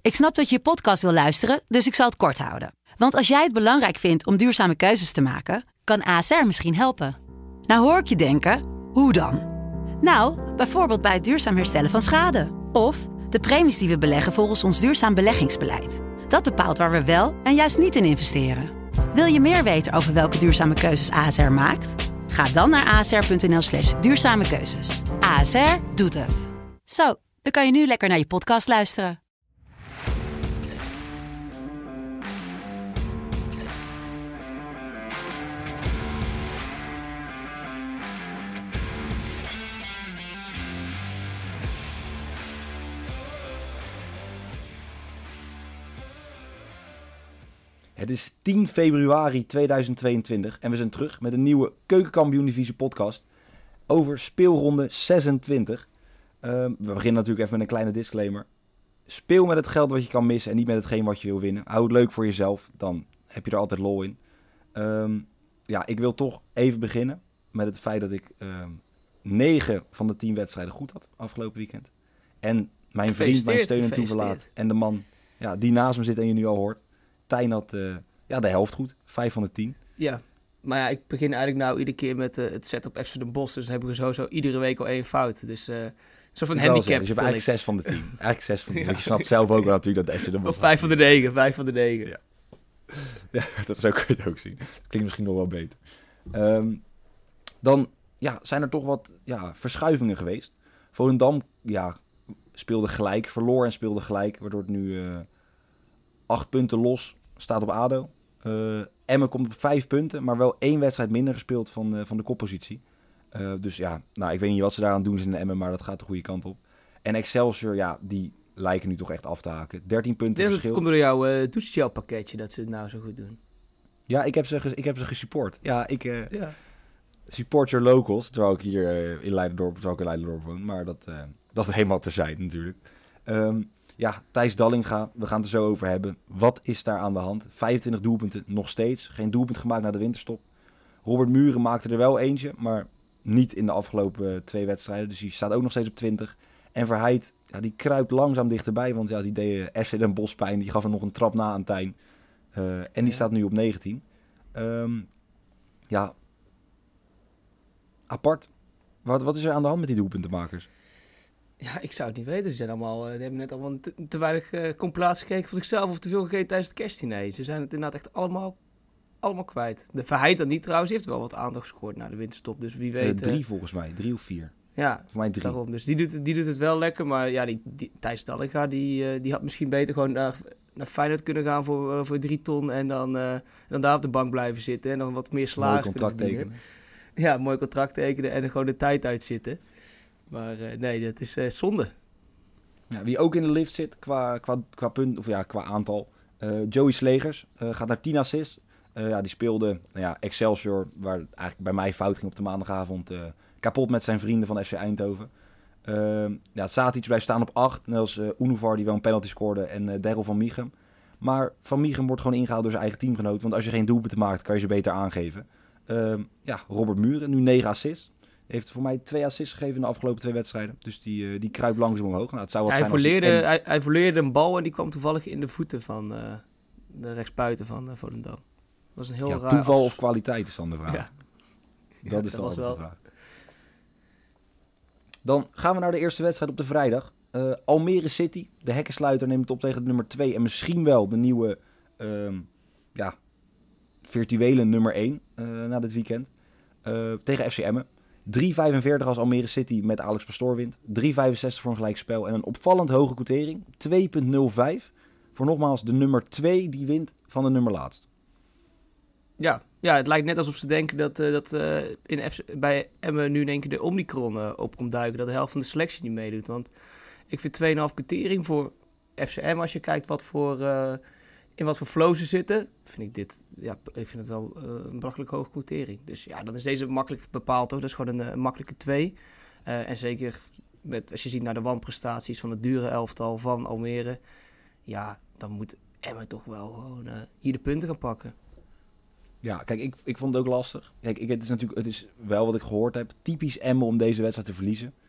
Ik snap dat je podcast wil luisteren, dus ik zal het kort houden. Want als jij het belangrijk vindt om duurzame keuzes te maken, kan ASR misschien helpen. Nou hoor ik je denken, hoe dan? Nou, bijvoorbeeld bij het duurzaam herstellen van schade. Of de premies die we beleggen volgens ons duurzaam beleggingsbeleid. Dat bepaalt waar we wel en juist niet in investeren. Wil je meer weten over welke duurzame keuzes ASR maakt? Ga dan naar asr.nl/duurzame keuzes. ASR doet het. Zo, dan kan je nu lekker naar je podcast luisteren. Het is 10 februari 2022 en we zijn terug met een nieuwe Keukenkampioen-divisie podcast over speelronde 26. We beginnen natuurlijk even met een kleine disclaimer. Speel met het geld wat je kan missen en niet met hetgeen wat je wil winnen. Hou het leuk voor jezelf, dan heb je er altijd lol in. Ik wil toch even beginnen met het feit dat ik 9 van de 10 wedstrijden goed had afgelopen weekend. En mijn vriend, mijn steun en toeverlaat en de man die naast me zit en je nu al hoort. Tijn had de helft goed, 5 van de 10. Ja, maar ja, ik begin eigenlijk nou iedere keer met het set op FC Den Bosch. Dus dan hebben we sowieso iedere week al 1 fout. Dus een soort van handicap. Dus je hebt eigenlijk 6 van de 10. Eigenlijk 6 van de 10. Want je snapt zelf ook wel natuurlijk dat FC Den Bosch... Of 5 van de 9, 5 van de 9. Ja, zo kun je het ook zien. Dat klinkt misschien nog wel beter. Dan zijn er toch wat verschuivingen geweest. Volendam speelde gelijk, verloor en speelde gelijk. Waardoor het nu 8 punten los staat op ADO. Emmen komt op 5 punten, maar wel 1 wedstrijd minder gespeeld van de koppositie. Ik weet niet wat ze daaraan doen in de Emmen, maar dat gaat de goede kant op. En Excelsior, die lijken nu toch echt af te haken. 13 punten verschil. Dat komt door jouw douchegel pakketje dat ze het nou zo goed doen. Ja, ik heb ze gesupport. Support your locals, terwijl ik hier in Leiderdorp woon. Maar dat helemaal terzijde natuurlijk. Thijs Dallinga, we gaan het er zo over hebben. Wat is daar aan de hand? 25 doelpunten nog steeds. Geen doelpunt gemaakt na de winterstop. Robert Muren maakte er wel eentje, maar niet in de afgelopen 2 wedstrijden. Dus die staat ook nog steeds op 20. En Verheid, die kruipt langzaam dichterbij. Want die deed SC Den Bosch pijn. Die gaf hem nog een trap na aan Tijn. En die staat nu op 19. Apart. Wat is er aan de hand met die doelpuntenmakers? Ja, ik zou het niet weten. Die hebben net allemaal te weinig compilatie gekeken voor zichzelf of te veel gegeten tijdens het kerstdiner. Ze zijn het inderdaad echt allemaal kwijt. De Verheid dan niet trouwens, heeft wel wat aandacht gescoord na de winterstop. Dus wie weet... 3 volgens mij, 3 of 4. Ja, voor mij 3. Daarom. Dus die doet het wel lekker. Maar die Thijs Dallinga, die had misschien beter gewoon naar Feyenoord kunnen gaan voor 3 ton. En dan daar op de bank blijven zitten. En dan wat meer salaris mooi contract tekenen. Ja, mooi contract tekenen en er gewoon de tijd uitzitten. Maar nee, dat is zonde. Ja, wie ook in de lift zit qua punt, of qua aantal. Joey Slegers gaat naar 10 assists. Die speelde Excelsior, waar het eigenlijk bij mij fout ging op de maandagavond, kapot met zijn vrienden van FC Eindhoven. Satic blijft staan op 8. Net als Unuvar die wel een penalty scoorde en Daryl van Mieghem. Maar Van Mieghem wordt gewoon ingehaald door zijn eigen teamgenoot. Want als je geen doelpunten maakt, kan je ze beter aangeven. Robert Muren, nu 9 assists. Heeft voor mij 2 assists gegeven in de afgelopen 2 wedstrijden. Dus die kruipt langzaam omhoog. Nou, het zou wat hij volleerde een bal en die kwam toevallig in de voeten van de rechtsbuiten van Volendam. Dat was een heel raar... Toeval of kwaliteit is dan de vraag. Ja. Dat is dan altijd de vraag. Dan gaan we naar de eerste wedstrijd op de vrijdag. Almere City, de hekkensluiter, neemt het op tegen de nummer 2. En misschien wel de nieuwe virtuele nummer 1 na dit weekend. Tegen FC Emmen. 3,45 als Almere City met Alex Pastoor wint. 3,65 voor een gelijkspel. En een opvallend hoge quotering. 2,05 voor nogmaals de nummer 2 die wint van de nummer laatst. Ja, het lijkt net alsof ze denken dat bij Emmen nu in één keer de Omicron op komt duiken. Dat de helft van de selectie niet meedoet. Want ik vind 2,5 quotering voor FC Emmen, als je kijkt in wat voor flow ze zitten, vind ik ik vind het wel een belachelijk hoge quotering. Dus dan is deze makkelijk bepaald toch. Dat is gewoon een makkelijke 2. En zeker als je ziet naar de wanprestaties van het dure elftal van Almere, dan moet Emmen toch wel gewoon hier de punten gaan pakken. Ja, kijk, ik vond het ook lastig. Kijk, het is wel wat ik gehoord heb. Typisch Emmen om deze wedstrijd te verliezen.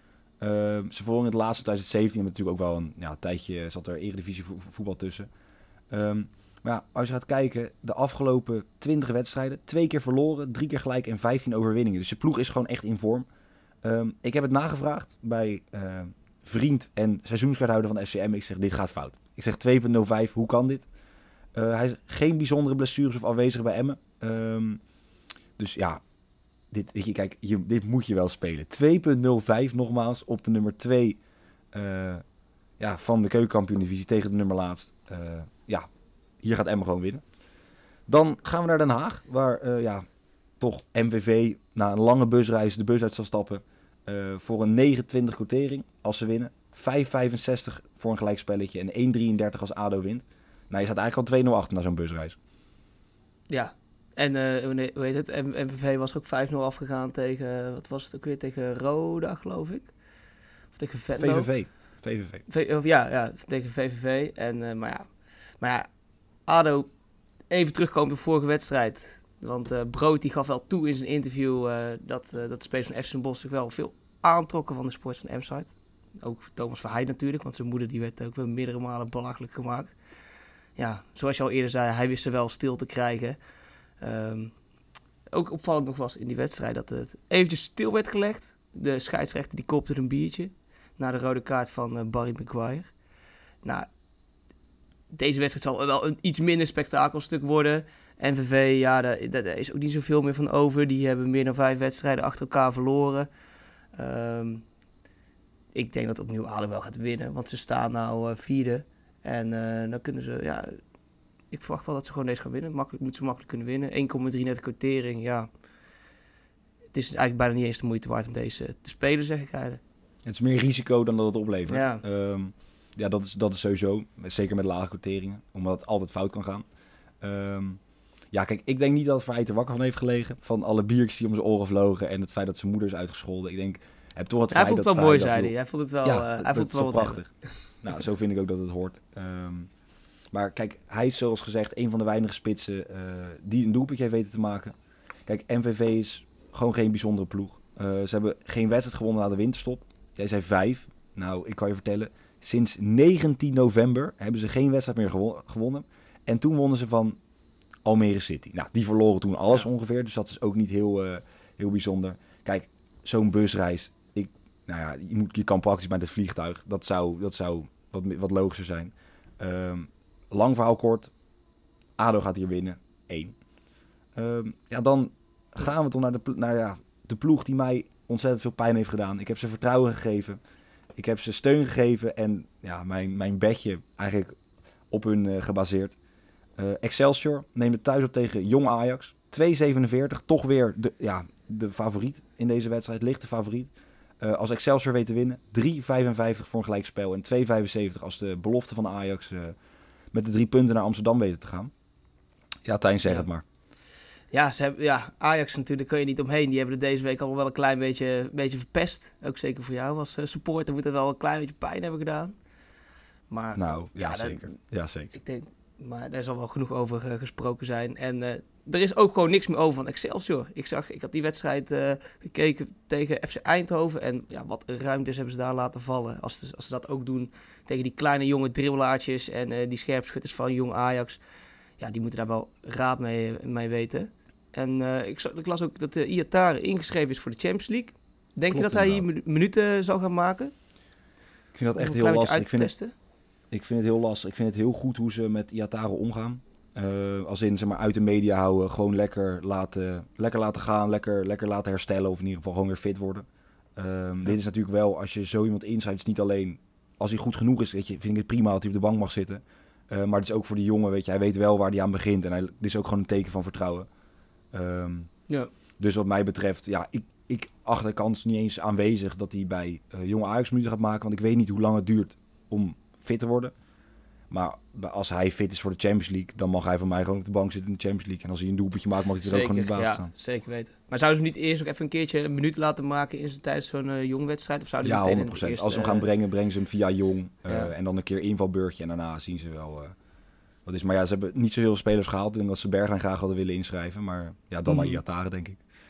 Ze verloren in het laatste 2017. En natuurlijk ook wel een tijdje zat er Eredivisie voetbal tussen. Maar ja, als je gaat kijken, de afgelopen 20 wedstrijden, 2 keer verloren, 3 keer gelijk en 15 overwinningen. Dus de ploeg is gewoon echt in vorm. Ik heb het nagevraagd bij vriend en seizoenskaarthouder van de FCM. Ik zeg, dit gaat fout. Ik zeg 2.05, hoe kan dit? Hij is geen bijzondere blessures of afwezig bij Emmen. Dus ja, dit moet je wel spelen. 2.05 nogmaals op de nummer 2 van de keukenkampioen-divisie tegen de nummer laatst. Hier gaat Emmen gewoon winnen. Dan gaan we naar Den Haag, waar toch MVV na een lange busreis de bus uit zal stappen voor een 9.20 quotering als ze winnen. 5.65 voor een gelijkspelletje en 1.33 als ADO wint. Nou, je staat eigenlijk al 2-0 achter na zo'n busreis. Ja, en hoe heet het? MVV was ook 5-0 afgegaan tegen, wat was het ook weer, tegen Roda, geloof ik? Of tegen Venlo? VVV. Tegen VVV. En, maar ja, ADO, even terugkomen op de vorige wedstrijd. Want Brood die gaf wel toe in zijn interview dat de spelers van FC Den Bosch zich wel veel aantrokken van de sport van M-site. Ook Thomas Verheij natuurlijk, want zijn moeder die werd ook wel meerdere malen belachelijk gemaakt. Ja, zoals je al eerder zei, hij wist ze wel stil te krijgen. Ook opvallend nog was in die wedstrijd dat het eventjes stil werd gelegd. De scheidsrechter die kopte een biertje na de rode kaart van Barry Maguire. Nou, deze wedstrijd zal wel een iets minder spektakelstuk worden. NVV, ja, daar is ook niet zoveel meer van over. Die hebben meer dan 5 wedstrijden achter elkaar verloren. Ik denk dat opnieuw ADO wel gaat winnen, want ze staan nou 4e. En dan kunnen ze, ik verwacht wel dat ze gewoon deze gaan winnen. Moeten ze makkelijk kunnen winnen. 1,3 net quotering, ja. Het is eigenlijk bijna niet eens de moeite waard om deze te spelen, zeg ik eigenlijk. Het is meer risico dan dat het oplevert. Ja. Dat is sowieso. Zeker met lage quoteringen. Omdat het altijd fout kan gaan. Kijk, ik denk niet dat Verheij er wakker van heeft gelegen. Van alle biertjes die om zijn oren vlogen. En het feit dat zijn moeder is uitgescholden. Ik denk, heb toch het hij vond het wel mooi, zei hij. Hij vond het wel, hij vond het wel prachtig. Nou, zo vind ik ook dat het hoort. Maar kijk, hij is zoals gezegd een van de weinige spitsen die een doelpuntje heeft weten te maken. Kijk, MVV is gewoon geen bijzondere ploeg. Ze hebben geen wedstrijd gewonnen na de winterstop. Jij zei 5. Nou, ik kan je vertellen, sinds 19 november hebben ze geen wedstrijd meer gewonnen. En toen wonnen ze van Almere City. Nou, die verloren toen alles ongeveer, dus dat is ook niet heel bijzonder. Kijk, zo'n busreis, je kan praktisch met het vliegtuig. Dat zou wat logischer zijn. Lang verhaal kort. ADO gaat hier winnen. 1. Dan gaan we toch naar de ploeg die mij ontzettend veel pijn heeft gedaan. Ik heb ze vertrouwen gegeven. Ik heb ze steun gegeven. En mijn bedje eigenlijk op hun gebaseerd. Excelsior neemt het thuis op tegen Jong Ajax. 2,47. Toch weer de favoriet in deze wedstrijd. Lichte favoriet. Als Excelsior weet te winnen. 3,55 voor een gelijkspel. En 2,75 als de belofte van Ajax met de 3 punten naar Amsterdam weten te gaan. Ja, Tijn, zeg het maar. Ja, Ajax natuurlijk, kun je niet omheen. Die hebben er deze week allemaal wel een klein beetje verpest. Ook zeker voor jou als supporter moet het wel een klein beetje pijn hebben gedaan. Maar, nou, zeker. Ja, zeker. Ik denk, maar daar zal wel genoeg over gesproken zijn. En er is ook gewoon niks meer over van Excelsior. Ik had die wedstrijd gekeken tegen FC Eindhoven. En wat ruimtes hebben ze daar laten vallen. Als ze dat ook doen tegen die kleine jonge dribbelaartjes en die scherpschutters van Jong Ajax. Ja, die moeten daar wel raad mee weten. En ik las ook dat Iatare ingeschreven is voor de Champions League. Denk je dat hij hier minuten zal gaan maken? Ik vind dat echt heel lastig. Ik vind het heel lastig. Ik vind het heel goed hoe ze met Iatare omgaan. Als in, zeg maar, uit de media houden. Gewoon lekker laten gaan. Lekker laten herstellen. Of in ieder geval gewoon weer fit worden. Dit is natuurlijk wel, als je zo iemand inzet, is niet alleen als hij goed genoeg is, weet je, vind ik het prima dat hij op de bank mag zitten. Maar het is ook voor die jongen, weet je, hij weet wel waar hij aan begint. En dit is ook gewoon een teken van vertrouwen. Dus wat mij betreft, ik acht de kans niet eens aanwezig dat hij bij jonge Ajax minuten gaat maken. Want ik weet niet hoe lang het duurt om fit te worden. Maar als hij fit is voor de Champions League, dan mag hij van mij gewoon op de bank zitten in de Champions League. En als hij een doelpuntje maakt, mag hij er ook gewoon in de basis staan. Zeker weten. Maar zouden ze hem niet eerst ook even een keertje een minuut laten maken tijdens zo'n jong wedstrijd? Of zouden ja, 100%. Als ze hem gaan brengen ze hem via jong. En dan een keer invalbeurtje. En daarna zien ze wel wat is. Maar ja, ze hebben niet zo heel veel spelers gehaald. Ik denk dat ze Bergwijn graag hadden willen inschrijven. Maar ja, dan maar Iatare, denk ik.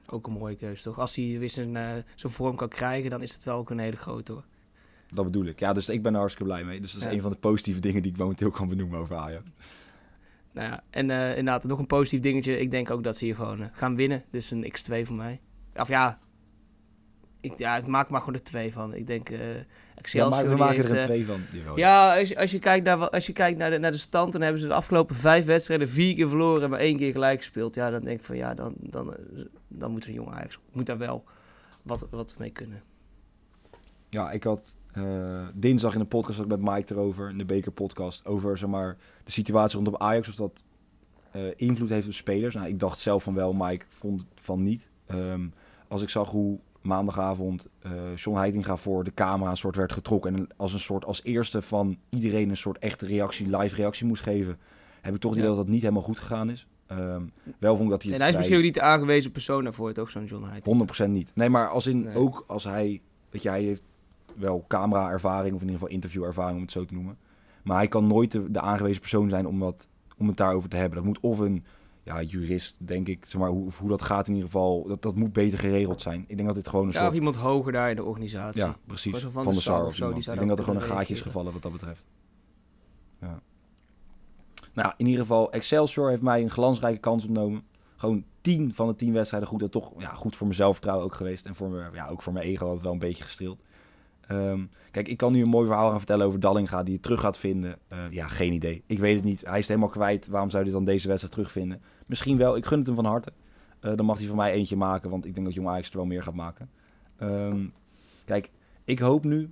Ook een mooie keuze, toch? Als hij weer zijn vorm kan krijgen, dan is het wel ook een hele grote, hoor. Dat bedoel ik. Ja, dus ik ben er hartstikke blij mee. Dus dat is een van de positieve dingen die ik momenteel kan benoemen over Ajax. Nou ja, en inderdaad, nog een positief dingetje. Ik denk ook dat ze hier gewoon gaan winnen. Dus een x2 voor mij. Of ja, ik maak maar gewoon er 2 van. Ik denk Excelsior... Ja, we maken er een 2 van. Ja, als je kijkt naar de stand, dan hebben ze de afgelopen 5 wedstrijden 4 keer verloren en maar 1 keer gelijk gespeeld. Ja, dan denk ik van ja, dan moet een jonge Ajax moet daar wel wat mee kunnen. Ja, ik had dinsdag in de podcast ook met Mike erover, in de bekerpodcast, over zeg maar, de situatie rondom Ajax, of dat invloed heeft op spelers. Nou, ik dacht zelf van wel, Mike vond van niet. Als ik zag hoe maandagavond John Heitinga voor de camera een soort werd getrokken en als eerste van iedereen een soort echte live reactie moest geven, heb ik toch het idee dat dat niet helemaal goed gegaan is. Wel vond ik dat hij en hij is misschien ook niet de aangewezen persoon daarvoor, toch, zo'n John Heitinga? 100% niet. Nee, maar ook als hij, weet je, hij heeft wel camera-ervaring, of in ieder geval interview-ervaring, om het zo te noemen. Maar hij kan nooit de aangewezen persoon zijn om het daarover te hebben. Dat moet of een jurist, denk ik, zeg maar, hoe dat gaat in ieder geval, dat moet beter geregeld zijn. Ik denk dat dit gewoon een soort... of iemand hoger daar in de organisatie. Ja, precies. Van de SAR of zo. Ik denk dat er gewoon een gaatje is gevallen wat dat betreft. Ja. Nou, in ieder geval, Excelsior heeft mij een glansrijke kans ontnomen. Gewoon 10 van de 10 wedstrijden goed. Dat toch goed voor mijn zelfvertrouwen ook geweest. En ook voor mijn ego had het wel een beetje gestreeld. Kijk, ik kan nu een mooi verhaal gaan vertellen over Dallinga die het terug gaat vinden. Geen idee. Ik weet het niet. Hij is het helemaal kwijt. Waarom zou hij dan deze wedstrijd terugvinden? Misschien wel. Ik gun het hem van harte. Dan mag hij van mij eentje maken, want ik denk dat Jong Ajax er wel meer gaat maken. Kijk, ik hoop nu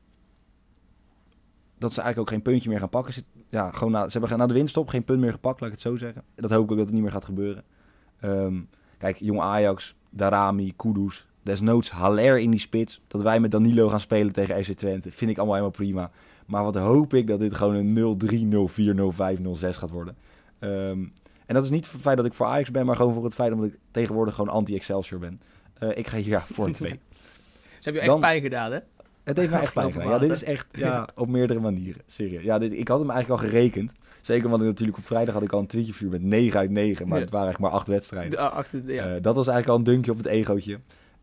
dat ze eigenlijk ook geen puntje meer gaan pakken. Ze hebben na de winststop geen punt meer gepakt, laat ik het zo zeggen. Dat hoop ik ook dat het niet meer gaat gebeuren. Kijk, Jong Ajax, Darami, Kudus, desnoods Haller in die spits. Dat wij met Danilo gaan spelen tegen FC Twente, vind ik allemaal helemaal prima. Maar wat hoop ik dat dit gewoon een 0-3, 0-4, 0-5, 0-6 gaat worden. En dat is niet voor het feit dat ik voor Ajax ben, maar gewoon voor het feit dat ik tegenwoordig gewoon anti-Excelsior ben. Ik ga hier voor een 2. Ze hebben je echt pijn gedaan, hè? Het heeft mij echt pijn gedaan. Ja, dit is echt op meerdere manieren. Serieus. Ja, ik had hem eigenlijk al gerekend. Zeker want ik natuurlijk op vrijdag had ik al een tweetje vuur met 9 uit 9. Maar het waren eigenlijk maar 8 wedstrijden. Dat was eigenlijk al een dunkje op het egootje.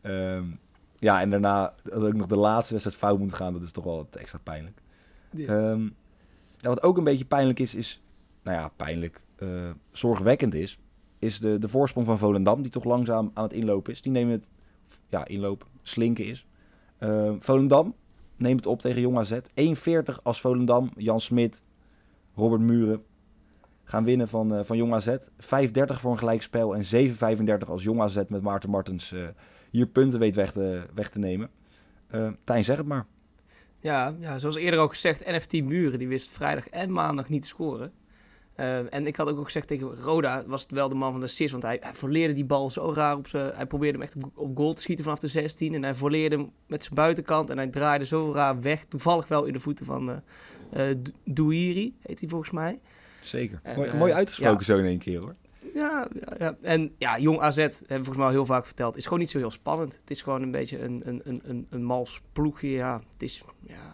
En daarna had ook nog de laatste wedstrijd fout moeten gaan. Dat is toch wel wat extra pijnlijk. Ja. Wat ook een beetje pijnlijk is pijnlijk, zorgwekkend is de voorsprong van Volendam, die toch langzaam aan het inlopen is. Die nemen het, slinken is. Volendam neemt het op tegen Jong AZ. 1,40 als Volendam, Jan Smit, Robert Muren gaan winnen van Jong AZ. 5,30 voor een gelijkspel en 7,35 als Jong AZ met Maarten Martens hier punten weet weg te nemen. Tijn, zeg het maar. Ja, zoals eerder ook gezegd, NFT Muren, die wist vrijdag en maandag niet te scoren. En ik had ook gezegd tegen Roda, was het wel de man van de assist, want hij volleerde die bal zo raar hij probeerde hem echt op goal te schieten vanaf de 16 en hij volleerde hem met zijn buitenkant en hij draaide zo raar weg, toevallig wel in de voeten van Douiri, heet hij volgens mij. Zeker, mooi uitgesproken zo in één keer, hoor. Ja. En Jong AZ, hebben we volgens mij al heel vaak verteld, is gewoon niet zo heel spannend. Het is gewoon een beetje een mals ploegje. Ja, het is,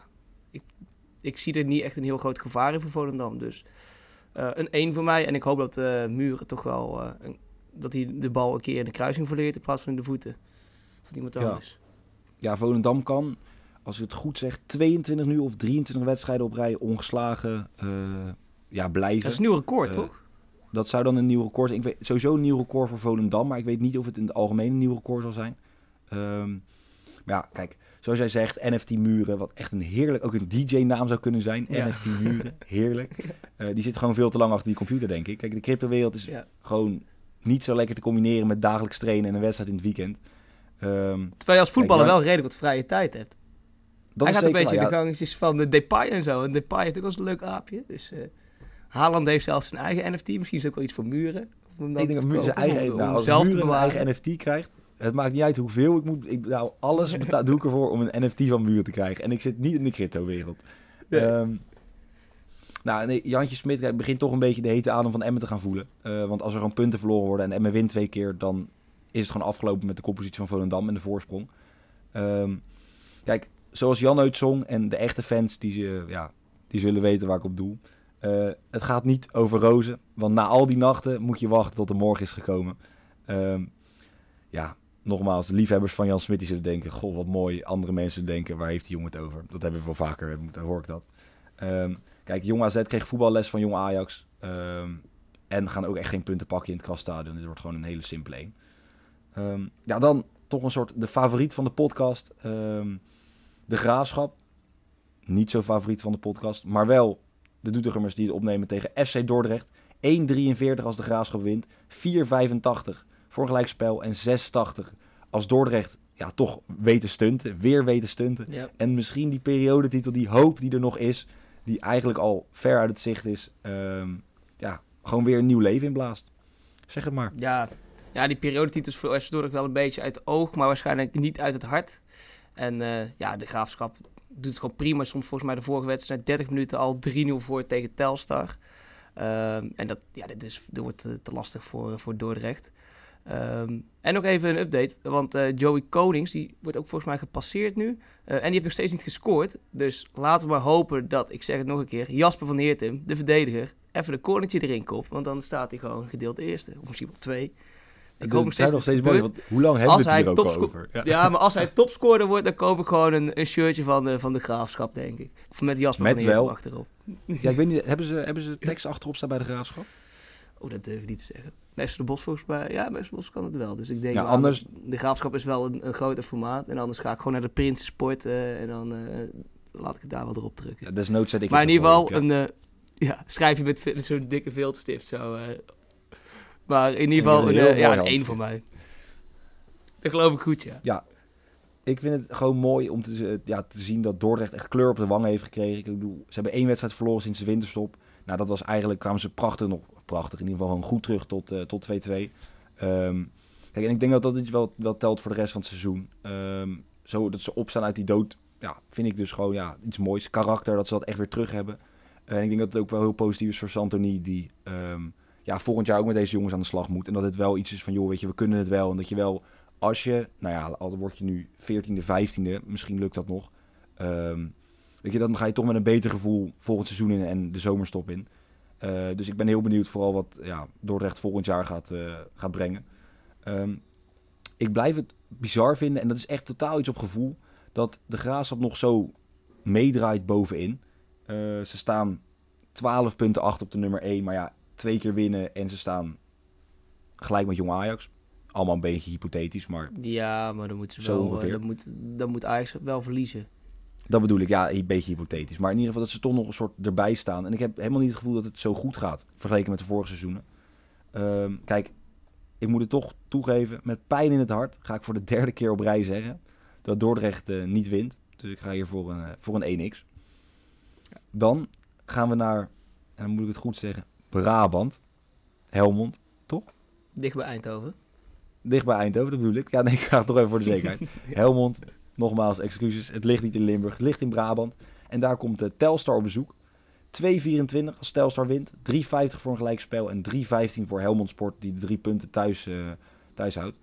ik zie er niet echt een heel groot gevaar in voor Volendam. Dus een 1 voor mij. En ik hoop dat Muren toch wel, dat hij de bal een keer in de kruising verleert in plaats van in de voeten van iemand anders. Ja, Volendam kan, als ik het goed zeg, 22 nu of 23 wedstrijden op rij ongeslagen blijven. Dat is een nieuw record, toch? Dat zou dan een nieuw record zijn. Ik weet sowieso een nieuw record voor Volendam, maar ik weet niet of het in het algemeen een nieuw record zal zijn. Kijk, zoals jij zegt, NFT Muren, wat echt een heerlijk, ook een DJ-naam zou kunnen zijn. Ja. NFT Muren, heerlijk. Die zit gewoon veel te lang achter die computer, denk ik. Kijk, de cryptowereld is gewoon niet zo lekker te combineren met dagelijks trainen en een wedstrijd in het weekend. Terwijl je als voetballer wel redelijk wat vrije tijd hebt. Hij gaat een beetje in de gangetjes van de Depay en zo. En Depay heeft ook wel eens een leuk aapje, dus... Haaland heeft zelfs zijn eigen NFT. Misschien is het ook wel iets voor Muren. Ik denk dat Muren zijn eigen, als Muren een eigen NFT krijgt, het maakt niet uit hoeveel ik moet. Alles doe ik ervoor om een NFT van Muren te krijgen. En ik zit niet in de crypto-wereld. Nee. Jantje Smit begint toch een beetje de hete adem van Emmen te gaan voelen. Want als er gewoon punten verloren worden en Emmen wint 2 keer, dan is het gewoon afgelopen met de koppositie van Volendam en de voorsprong. Kijk, zoals Jan uitzong en de echte fans, die zullen weten waar ik op doel. Het gaat niet over rozen, want na al die nachten moet je wachten tot de morgen is gekomen. nogmaals, de liefhebbers van Jan Smit die zullen denken... Goh, wat mooi. Andere mensen denken, waar heeft die jongen het over? Dat hebben we wel vaker, dan hoor ik dat. Kijk, Jong AZ kreeg voetballes van Jong Ajax. En gaan ook echt geen punten pakken in het Krasstadion. Dus het wordt gewoon een hele simpele 1. Dan toch een soort de favoriet van de podcast. De Graafschap. Niet zo favoriet van de podcast. Maar wel de Doetinchemmers die het opnemen tegen FC Dordrecht. 1,43 als de Graafschap wint. 4,85 voor gelijkspel. En 6,80 als Dordrecht toch weten stunten. Weer weten stunten. Ja. En misschien die periodetitel, die hoop die er nog is. Die eigenlijk al ver uit het zicht is. Gewoon weer een nieuw leven inblaast. Zeg het maar. Ja, die periodetitels voor FC Dordrecht wel een beetje uit het oog. Maar waarschijnlijk niet uit het hart. En de Graafschap doet het gewoon prima. Stond volgens mij de vorige wedstrijd 30 minuten al 3-0 voor tegen Telstar. Dit wordt te lastig voor Dordrecht. En nog even een update, want Joey Konings, die wordt ook volgens mij gepasseerd nu. En die heeft nog steeds niet gescoord. Dus laten we maar hopen dat, ik zeg het nog een keer, Jasper van Heertem, de verdediger, even een cornertje erin kopt. Want dan staat hij gewoon gedeeld eerste, of misschien wel 2. Ik hoop nog steeds mooi, want hoe lang hebben we het hier ook al over? Ja, maar als hij topscorer wordt, dan koop ik gewoon een shirtje van de Graafschap, denk ik. Of met Jasper van Heertem achterop. Ja, ik weet niet, hebben ze tekst achterop staan bij de Graafschap? Oh, dat durf ik niet te zeggen. Bij de Bos volgens mij, ja, bij de Bos kan het wel. Dus ik denk, anders... de Graafschap is wel een groter formaat. En anders ga ik gewoon naar de Prinsensport en dan laat ik het daar wel erop drukken. Ja, desnoods zet ik maar in ieder geval, schrijf je met zo'n dikke viltstift zo. Maar in ieder geval, een 1 voor mij. Dat geloof ik goed, ja. Ja, ik vind het gewoon mooi om te zien dat Dordrecht echt kleur op de wangen heeft gekregen. Ik bedoel, ze hebben 1 wedstrijd verloren sinds de winterstop. Nou, dat was eigenlijk, kwamen ze prachtig, in ieder geval gewoon goed terug tot 2-2. Kijk, en ik denk dat dit wel telt voor de rest van het seizoen. Zo dat ze opstaan uit die dood, vind ik dus gewoon iets moois. Karakter, dat ze dat echt weer terug hebben. En ik denk dat het ook wel heel positief is voor Santoni, die volgend jaar ook met deze jongens aan de slag moet. En dat het wel iets is van, joh, weet je, we kunnen het wel. En dat je wel, als je, al word je nu 14e, 15e, misschien lukt dat nog. Weet je, dan ga je toch met een beter gevoel volgend seizoen in en de zomerstop in. Dus ik ben heel benieuwd vooral wat Dordrecht volgend jaar gaat brengen. Ik blijf het bizar vinden, en dat is echt totaal iets op gevoel, dat de Graafschap nog zo meedraait bovenin. Ze staan 12 punten achter op de nummer 1, maar 2 keer winnen en ze staan gelijk met Jong Ajax. Allemaal een beetje hypothetisch, maar... Ja, maar dan moet ze zo ongeveer. Dan moet Ajax wel verliezen. Dat bedoel ik, een beetje hypothetisch. Maar in ieder geval dat ze toch nog een soort erbij staan. En ik heb helemaal niet het gevoel dat het zo goed gaat, vergeleken met de vorige seizoenen. Kijk, ik moet het toch toegeven, met pijn in het hart ga ik voor de 3e keer op rij zeggen dat Dordrecht niet wint. Dus ik ga hier voor een 1x. Dan gaan we naar, en dan moet ik het goed zeggen, Brabant. Helmond, toch? Dicht bij Eindhoven. Dicht bij Eindhoven, dat bedoel ik. Ja, nee, ik ga het toch even voor de zekerheid. Helmond, nogmaals, excuses. Het ligt niet in Limburg, het ligt in Brabant. En daar komt Telstar op bezoek. 2,24 als Telstar wint. 3,50 voor een gelijkspel. En 3,15 voor Helmond Sport, die de 3 punten thuis houdt.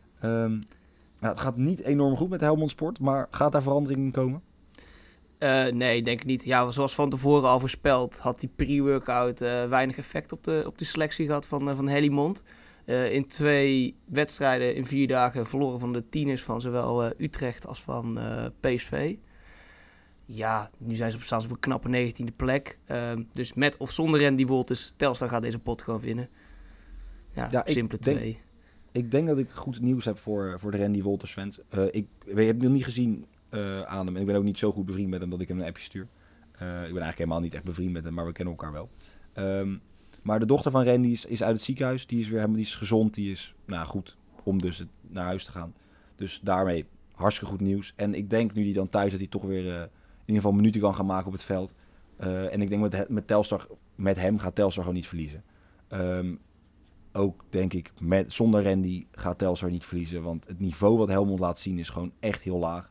Het gaat niet enorm goed met Helmond Sport, maar gaat daar verandering in komen? Nee, denk ik niet. Ja, zoals van tevoren al voorspeld, had die pre-workout weinig effect op de selectie gehad van Helmond. In 2 wedstrijden in 4 dagen verloren van de tieners van zowel Utrecht als van PSV. Ja, nu staan ze op een knappe 19e plek. Dus met of zonder Randy Wolters, Telstar gaat deze pot gewoon winnen. Ja, simpele 2. Ik denk dat ik goed nieuws heb voor de Randy Wolters fans. Ik heb hem nog niet gezien aan hem. En ik ben ook niet zo goed bevriend met hem dat ik hem een appje stuur. Ik ben eigenlijk helemaal niet echt bevriend met hem, maar we kennen elkaar wel. Maar de dochter van Randy is uit het ziekenhuis. Die is gezond. Die is goed om dus naar huis te gaan. Dus daarmee hartstikke goed nieuws. En ik denk nu die dan thuis dat hij toch weer in ieder geval minuten kan gaan maken op het veld. En ik denk met Telstar, met hem gaat Telstar gewoon niet verliezen. Ook denk ik, zonder Randy gaat Telstar niet verliezen. Want het niveau wat Helmond laat zien is gewoon echt heel laag.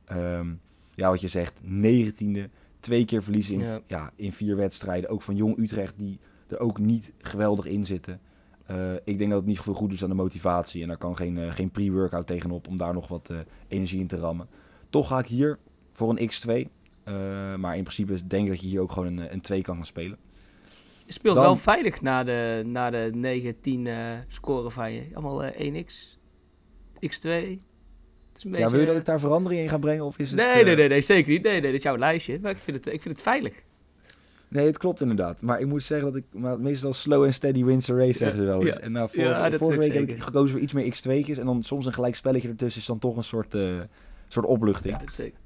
Wat je zegt, 19e. 2 keer verliezen in 4 wedstrijden. Ook van Jong Utrecht, die er ook niet geweldig in zitten. Ik denk dat het niet veel goed is aan de motivatie. En daar kan geen pre-workout tegenop om daar nog wat energie in te rammen. Toch ga ik hier voor een x2. Maar in principe denk ik dat je hier ook gewoon een 2 kan gaan spelen. Je speelt wel veilig na de 9-10 scoren van je. Allemaal 1x. X2. Het is een beetje, Ja, wil je dat ik daar verandering in ga brengen? Of is het, Nee, zeker niet. Nee, dat is jouw lijstje. Maar ik vind het veilig. Nee, het klopt inderdaad. Maar ik moet zeggen dat maar meestal slow and steady wins the race, zeggen ze wel eens. Ja. En nou, Dat vorige is week heb zeker. ik gekozen voor iets meer X2'tjes. En dan soms een gelijk spelletje ertussen is dan toch een soort opluchting. Ja, zeker.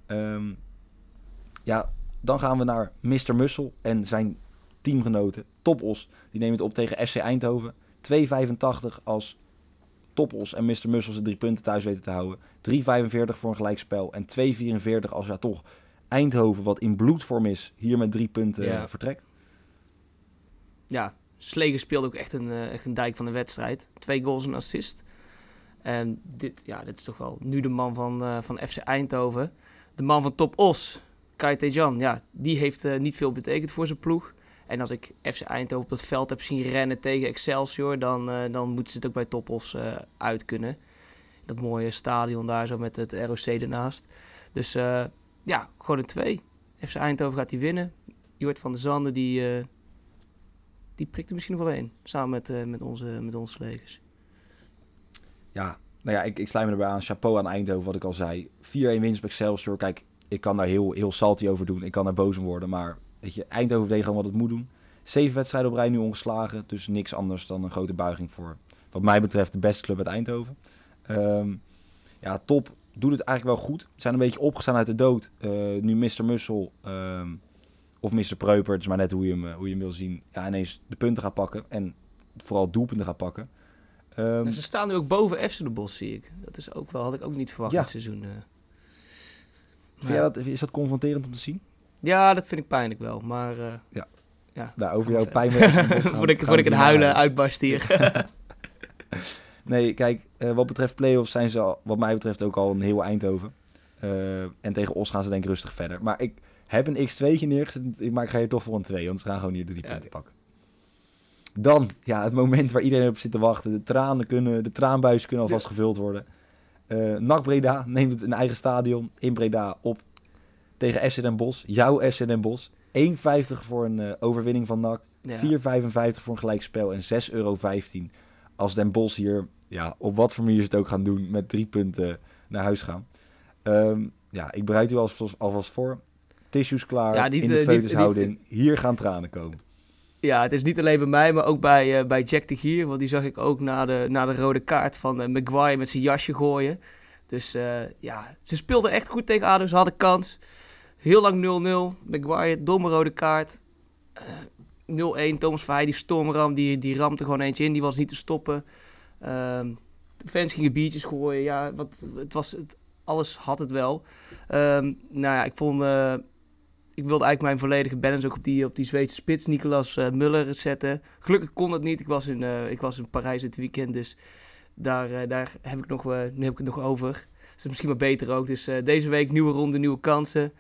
Dan gaan we naar Mr. Mussel en zijn teamgenoten Topos. Die nemen het op tegen FC Eindhoven. 2,85 als Topos en Mr. Mussel zijn 3 punten thuis weten te houden. 3,45 voor een gelijkspel. En 2,44 als toch Eindhoven, wat in bloedvorm is, hier met 3 punten vertrekt. Ja, Sleger speelde ook echt een dijk van de wedstrijd. 2 goals en assist. En dit is toch wel nu de man van FC Eindhoven. De man van Topos, Kai Tejan. Ja, die heeft niet veel betekend voor zijn ploeg. En als ik FC Eindhoven op het veld heb zien rennen tegen Excelsior, dan moeten ze het ook bij Topos uit kunnen. Dat mooie stadion daar zo met het ROC ernaast. Dus gewoon een 2. FC Eindhoven gaat die winnen. Jort van der Zanden, die prikt er misschien nog wel een. Samen met onze legers. Ja, nou ja, ik sluit me erbij aan. Chapeau aan Eindhoven, wat ik al zei. 4-1 winst bij Excelsior. Kijk, ik kan daar heel salty over doen. Ik kan daar boos om worden. Maar weet je, Eindhoven deed gewoon wat het moet doen. 7 wedstrijden op rij nu ongeslagen. Dus niks anders dan een grote buiging voor, wat mij betreft, de beste club uit Eindhoven. Top doet het eigenlijk wel goed. Ze zijn een beetje opgestaan uit de dood. Nu Mr. Mussel of Mr. Preuper, het is maar net hoe je hem wil zien, ineens de punten gaat pakken. En vooral doelpunten gaat pakken. Ze staan nu ook boven FC de Bosch, zie ik. Dat is ook wel, had ik ook niet verwacht dit seizoen. Is dat confronterend om te zien? Ja, dat vind ik pijnlijk wel. Maar Nou, over jouw pijn voordat ik het huilen uitbarst hier. Nee, kijk, wat betreft play-offs zijn ze wat mij betreft ook al een heel Eindhoven. En tegen Os gaan ze denk ik rustig verder. Maar ik heb een X2'tje neergezet, maar ik ga hier toch voor een 2. Want ze gaan gewoon hier de 3 punten pakken. Dan, het moment waar iedereen op zit te wachten. De traanbuizen kunnen alvast gevuld worden. NAC Breda neemt het in eigen stadion in Breda op tegen FC Den Bosch. Jouw FC Den Bosch. 1,50 voor een overwinning van NAC. 4,55 voor een gelijkspel. En €6,15 als Den Bosch hier, op wat voor manier ze het ook gaan doen, met 3 punten naar huis gaan. Ik bereid u alvast voor. Tissues klaar, in de foetushouding. Hier gaan tranen komen. Ja, het is niet alleen bij mij, maar ook bij Jack de Gier. Want die zag ik ook na de rode kaart van Maguire met zijn jasje gooien. Dus ze speelden echt goed tegen ADO. Ze hadden kans. Heel lang 0-0. Maguire, domme rode kaart. 0-1. Thomas Verheij, die stormram, die ramte gewoon eentje in. Die was niet te stoppen. De fans gingen biertjes gooien. Ja, alles had het wel. Ik wilde eigenlijk mijn volledige balance ook op die Zweedse spits, Nicolas Muller, zetten. Gelukkig kon dat niet. Ik was in Parijs dit weekend, dus daar heb ik nu heb ik het nog over. Dat is misschien maar beter ook. Dus deze week nieuwe ronde, nieuwe kansen.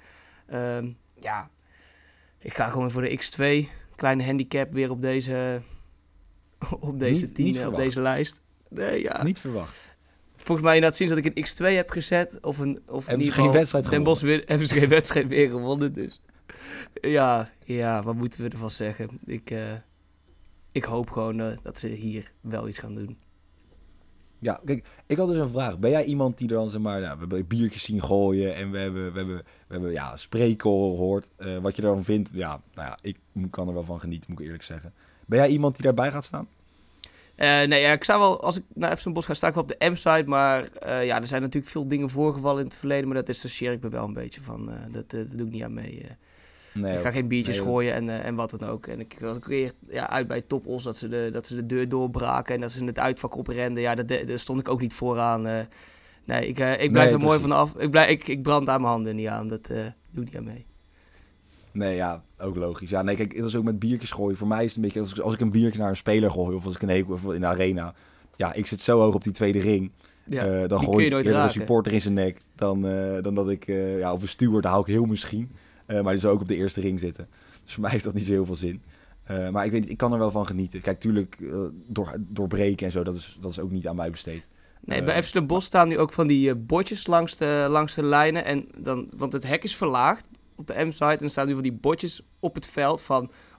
Ik ga gewoon voor de X2. Kleine handicap weer op deze 10, op deze lijst. Nee, ja. Niet verwacht. Volgens mij inderdaad zien dat ik een X2 heb gezet. Of in ieder geval, geen wedstrijd gewonnen. Hebben ze geen wedstrijd meer gewonnen. Dus ja, wat moeten we ervan zeggen? Ik hoop gewoon dat ze hier wel iets gaan doen. Ja, kijk, ik had dus een vraag. Ben jij iemand die er dan, zeg maar, we hebben biertjes zien gooien en we hebben spreken gehoord. Wat je ervan vindt, ik kan er wel van genieten, moet ik eerlijk zeggen. Ben jij iemand die daarbij gaat staan? Ik sta wel, als ik naar FC Den Bosch ga, sta ik wel op de M-site. Maar er zijn natuurlijk veel dingen voorgevallen in het verleden. Maar dat associeer ik me wel een beetje van. Dat doe ik niet aan mee. Ik ga geen biertjes gooien en wat dan ook. En ik was ook weer uit bij Topos dat ze de deur doorbraken en dat ze het uitvak oprenden. Ja, daar stond ik ook niet vooraan. Ik blijf er mooi vanaf. Ik brand aan mijn handen niet aan. Dat doe ik niet aan mee. Nee, ja, ook logisch. Ja, nee, kijk, het is ook met biertjes gooien. Voor mij is het een beetje als ik een biertje naar een speler gooi of als ik in de arena. Ja, ik zit zo hoog op die tweede ring. Ja, dan gooi ik eerder een supporter in zijn nek dan dat ik of een steward hou ik heel misschien. Maar die zou ook op de eerste ring zitten. Dus voor mij heeft dat niet zo heel veel zin. Maar ik weet niet, ik kan er wel van genieten. Kijk, tuurlijk, doorbreken en zo, dat is ook niet aan mij besteed. Nee, bij FC Den Bosch staan nu ook van die bordjes langs de lijnen. Want het hek is verlaagd op de M-site. En er staan nu van die bordjes op het veld van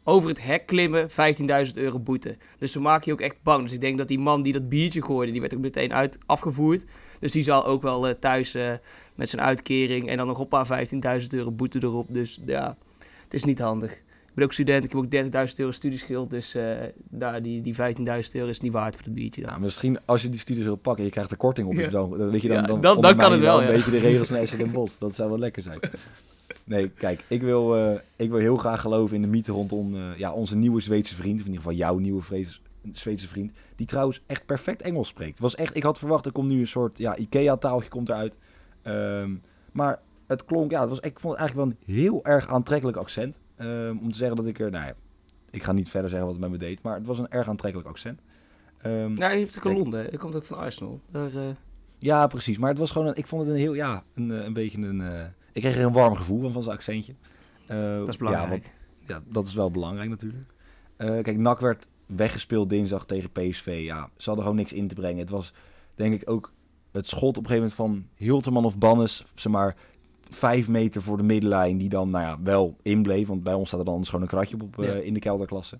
over het hek klimmen, €15.000 boete. Dus zo maak je ook echt bang. Dus ik denk dat die man die dat biertje gooide, die werd ook meteen afgevoerd. Dus die zal ook wel thuis met zijn uitkering en dan nog hoppa €15.000 boete erop. Dus ja, het is niet handig. Ik ben ook student, ik heb ook €30.000 studieschuld. Dus die €15.000 is niet waard voor het biertje. Dan. Ja, misschien als je die studies wil pakken en je krijgt er korting op. Ja. Dan weet je dan Dan kan het wel, een beetje de regels van SC Den Bosch. Dat zou wel lekker zijn. Nee, kijk, ik wil heel graag geloven in de mythe rondom onze nieuwe Zweedse vriend. Of in ieder geval jouw nieuwe Zweedse vriend. Die trouwens echt perfect Engels spreekt. Het was echt, ik had verwacht, er komt nu een soort IKEA-taaltje komt eruit. Maar het klonk, ik vond het eigenlijk wel een heel erg aantrekkelijk accent. Om te zeggen dat ik ik ga niet verder zeggen wat het met me deed. Maar het was een erg aantrekkelijk accent. Hij heeft ook een Londen. Hij komt ook van Arsenal. Ja, precies. Maar het was gewoon, ik vond het een heel, een beetje een... ik kreeg er een warm gevoel van zijn accentje. Dat is belangrijk. Dat is wel belangrijk natuurlijk. Kijk, NAC werd weggespeeld dinsdag tegen PSV. Ja, ze hadden gewoon niks in te brengen. Het was, denk ik, ook het schot op een gegeven moment van Hilterman of Bannes, zeg maar, 5 meter voor de middenlijn, die dan wel inbleef. Want bij ons staat er dan gewoon een kratje op in de kelderklasse.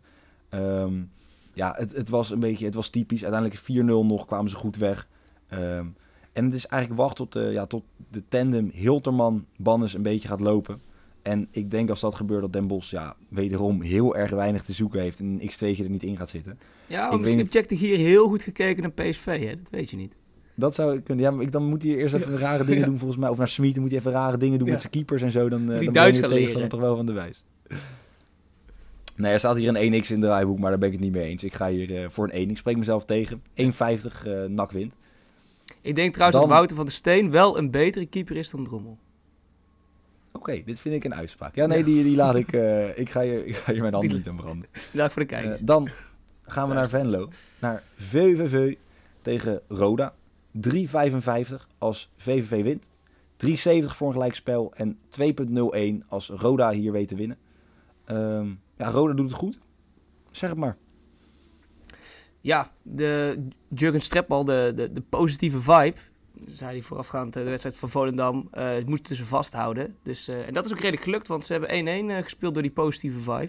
Het was een beetje, het was typisch. Uiteindelijk 4-0 nog, kwamen ze goed weg. En het is eigenlijk wachten tot de tandem Hilterman-Bannes een beetje gaat lopen. En ik denk als dat gebeurt dat Den Bosch wederom heel erg weinig te zoeken heeft en een X2'tje er niet in gaat zitten. Ja, want misschien heeft Jack de Gier heel goed gekeken naar PSV, hè? Dat weet je niet. Dat zou kunnen. Ja, maar dan moet hij eerst even rare dingen doen volgens mij. Of naar Smit, dan moet hij even rare dingen doen met zijn keepers en zo. Dan Duits ben je gaan tegenstander toch wel van de wijs. Nee, er staat hier een 1x in de draaiboek, maar daar ben ik het niet mee eens. Ik ga hier voor een 1. Ik spreek mezelf tegen. 1,50 NAC wint. Ik denk trouwens dat Wouter van der Steen wel een betere keeper is dan Drommel. Oké, dit vind ik een uitspraak. Ja, nee, die laat ik... ik ga hier mijn hand niet aan branden. Laat voor de kijkers. Dan gaan we naar Venlo. Naar VVV tegen Roda. 3,55 als VVV wint. 3,70 voor een gelijkspel. En 2,01 als Roda hier weet te winnen. Roda doet het goed. Zeg het maar. Ja, de Jurgen Streppel, de positieve vibe, zei hij voorafgaand de wedstrijd van Volendam, het moeten ze vasthouden. Dus, en dat is ook redelijk gelukt, want ze hebben 1-1 gespeeld door die positieve vibe.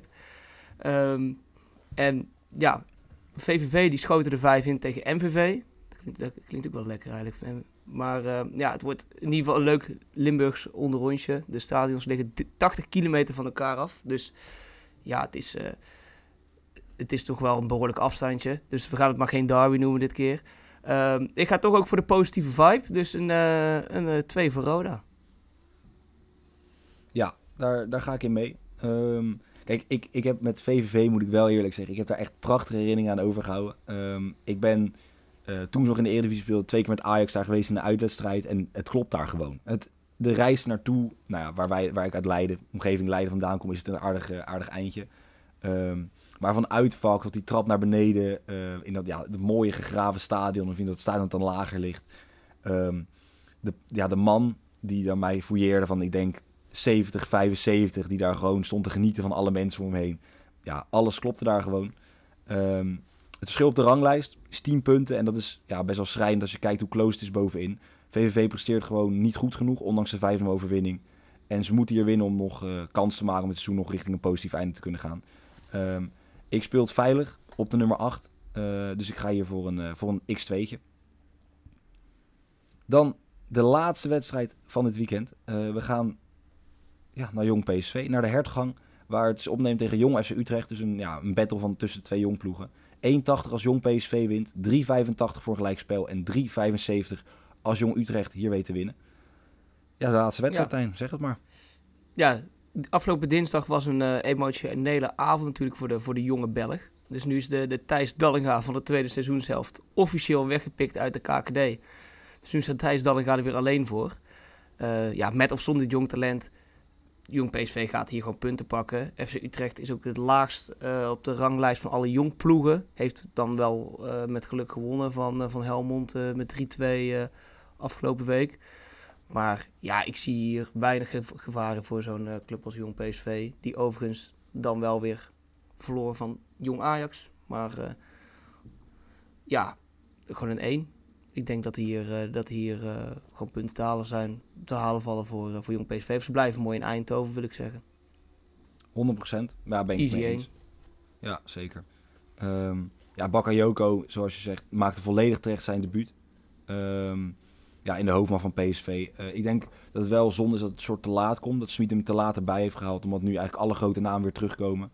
VVV die schoten er 5 in tegen MVV. Dat klinkt ook wel lekker eigenlijk. Maar het wordt in ieder geval een leuk Limburgs onderrondje. De stadions liggen 80 kilometer van elkaar af. Dus ja, het is toch wel een behoorlijk afstandje. Dus we gaan het maar geen derby noemen dit keer. Ik ga toch ook voor de positieve vibe. Dus een 2 voor Roda. Ja, daar ga ik in mee. Kijk, ik heb met VVV, moet ik wel eerlijk zeggen, ik heb daar echt prachtige herinneringen aan overgehouden. Ik ben toen ze nog in de Eredivisie speelde 2 keer met Ajax daar geweest in een uitwedstrijd. En het klopt daar gewoon. De reis naartoe, waar ik uit Leiden, omgeving Leiden vandaan kom, is het een aardig eindje. Maar van uitvak, tot die trap naar beneden, in dat mooie gegraven stadion, of in dat stadion dat dan lager ligt. De man die dan mij fouilleerde van, ik denk, 70, 75, die daar gewoon stond te genieten van alle mensen om hem heen. Ja, alles klopte daar gewoon. Het verschil op de ranglijst is 10 punten en dat is best wel schrijnend als je kijkt hoe close het is bovenin. VVV presteert gewoon niet goed genoeg, ondanks de 5-0 overwinning. En ze moeten hier winnen om nog kans te maken om het seizoen nog richting een positief einde te kunnen gaan. Ik speel het veilig op de nummer 8. Dus ik ga hier voor een X2'tje. Dan de laatste wedstrijd van dit weekend. We gaan naar Jong PSV, naar de hertgang. Waar het opneemt tegen Jong FC Utrecht. Dus een battle van tussen 2 Jong ploegen. 1,80 als Jong PSV wint. 3,85 voor gelijkspel. En 3,75 als Jong Utrecht hier weet te winnen. Ja, de laatste wedstrijd, Tijn. Zeg het maar. Ja, afgelopen dinsdag was een emotionele avond natuurlijk voor de jonge Belg. Dus nu is de Thijs Dallinga van de tweede seizoenshelft officieel weggepakt uit de KKD. Dus nu staat Thijs Dallinga er weer alleen voor. Met of zonder jong talent. Jong PSV gaat hier gewoon punten pakken. FC Utrecht is ook het laagst op de ranglijst van alle jong ploegen. Heeft dan wel met geluk gewonnen van Helmond met 3-2 afgelopen week. Maar ja, ik zie hier weinig gevaren voor zo'n club als Jong PSV. Die overigens dan wel weer verloren van Jong Ajax. Maar gewoon een 1. Ik denk dat hier gewoon punten te halen vallen voor Jong PSV. Ze blijven mooi in Eindhoven, wil ik zeggen. 100%. Ja, ben ik Easy mee 1. eens. Ja, zeker. Bakayoko, zoals je zegt, maakte volledig terecht zijn debuut. In de hoofdman van PSV. Ik denk dat het wel zonde is dat het soort te laat komt. Dat Smit hem te laat erbij heeft gehaald. Omdat nu eigenlijk alle grote namen weer terugkomen.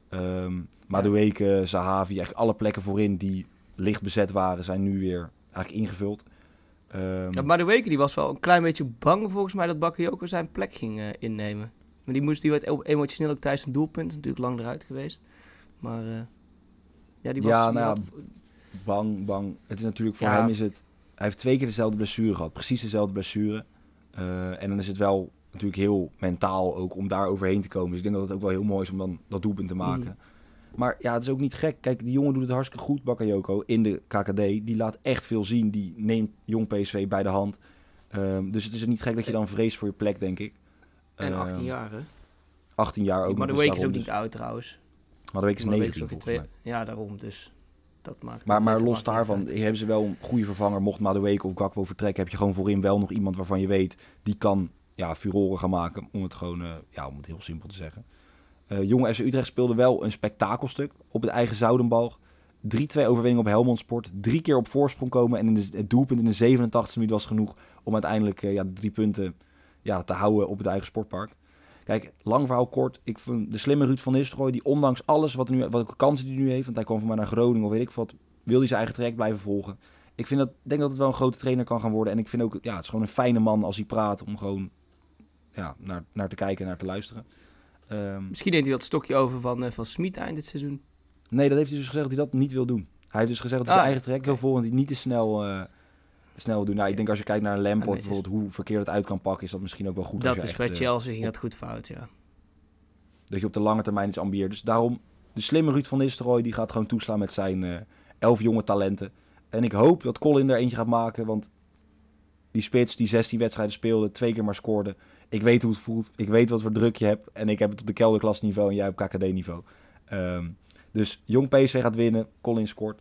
Madueke, Zahavi, eigenlijk alle plekken voorin die licht bezet waren, zijn nu weer eigenlijk ingevuld. Madueke die was wel een klein beetje bang volgens mij dat Bakayoko zijn plek ging innemen. Maar die werd emotioneel ook tijdens een doelpunt. Natuurlijk lang eruit geweest. Maar die was... Bang. Het is natuurlijk voor hem is het... Hij heeft 2 keer dezelfde blessure gehad. Precies dezelfde blessure. En dan is het wel natuurlijk heel mentaal ook om daar overheen te komen. Dus ik denk dat het ook wel heel mooi is om dan dat doelpunt te maken. Maar ja, het is ook niet gek. Kijk, die jongen doet het hartstikke goed, Bakayoko, in de KKD. Die laat echt veel zien. Die neemt jong PSV bij de hand. Dus het is niet gek dat je dan vreest voor je plek, denk ik. En 18 jaar, hè? 18 jaar ook. Maar de week is ook niet oud, trouwens. Maar de week is 19, volgens mij. Ja, daarom dus. Dat maakt maar los daarvan hebben ze wel een goede vervanger. Mocht Madueke of Gakpo vertrekken, heb je gewoon voorin wel nog iemand waarvan je weet... die kan furoren gaan maken, om het gewoon om het heel simpel te zeggen. Jonge FC Utrecht speelde wel een spektakelstuk op het eigen Zoudenbalg. 3-2 overwinning op Helmond Sport. 3 keer op voorsprong komen en het doelpunt in de 87e minuut was genoeg... om uiteindelijk de 3 punten te houden op het eigen sportpark. Kijk, lang verhaal kort. Ik vind de slimme Ruud van Nistelrooy, die ondanks alles wat kansen die hij nu heeft... want hij kwam van mij naar Groningen of weet ik wat... wil hij zijn eigen traject blijven volgen. Ik denk dat het wel een grote trainer kan gaan worden. En ik vind ook, het is gewoon een fijne man als hij praat... om gewoon naar te kijken en naar te luisteren. Misschien neemt hij dat stokje over van Smit eind dit seizoen. Nee, dat heeft hij dus gezegd dat hij dat niet wil doen. Hij heeft dus gezegd dat hij zijn eigen traject wil volgen... en hij niet te snel wil doen. Nou, ik denk als je kijkt naar een Lampard bijvoorbeeld... hoe verkeerd het uit kan pakken... is dat misschien ook wel goed. Dat is bij Chelsea ging dat goed fout, ja. Dat je op de lange termijn iets ambieert. Dus daarom, de slimme Ruud van Nistelrooy... die gaat gewoon toeslaan met zijn 11 jonge talenten. En ik hoop dat Colin er eentje gaat maken... want die spits die 16 wedstrijden speelde... 2 keer maar scoorde. Ik weet hoe het voelt. Ik weet wat voor druk je hebt. En ik heb het op de kelderklasniveau... en jij op KKD-niveau. Dus jong PSV gaat winnen. Colin scoort.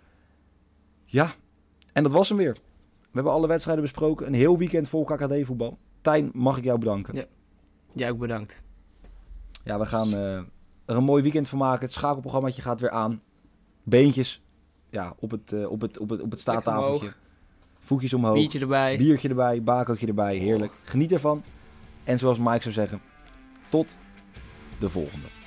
Ja, en dat was hem weer. We hebben alle wedstrijden besproken. Een heel weekend vol KKD-voetbal. Tijn, mag ik jou bedanken. Ja, jij ook bedankt. Ja, we gaan er een mooi weekend van maken. Het schakelprogrammaatje gaat weer aan. Beentjes op het staattafeltje. Voetjes omhoog. Biertje erbij, bakootje erbij. Heerlijk. Geniet ervan. En zoals Mike zou zeggen, tot de volgende.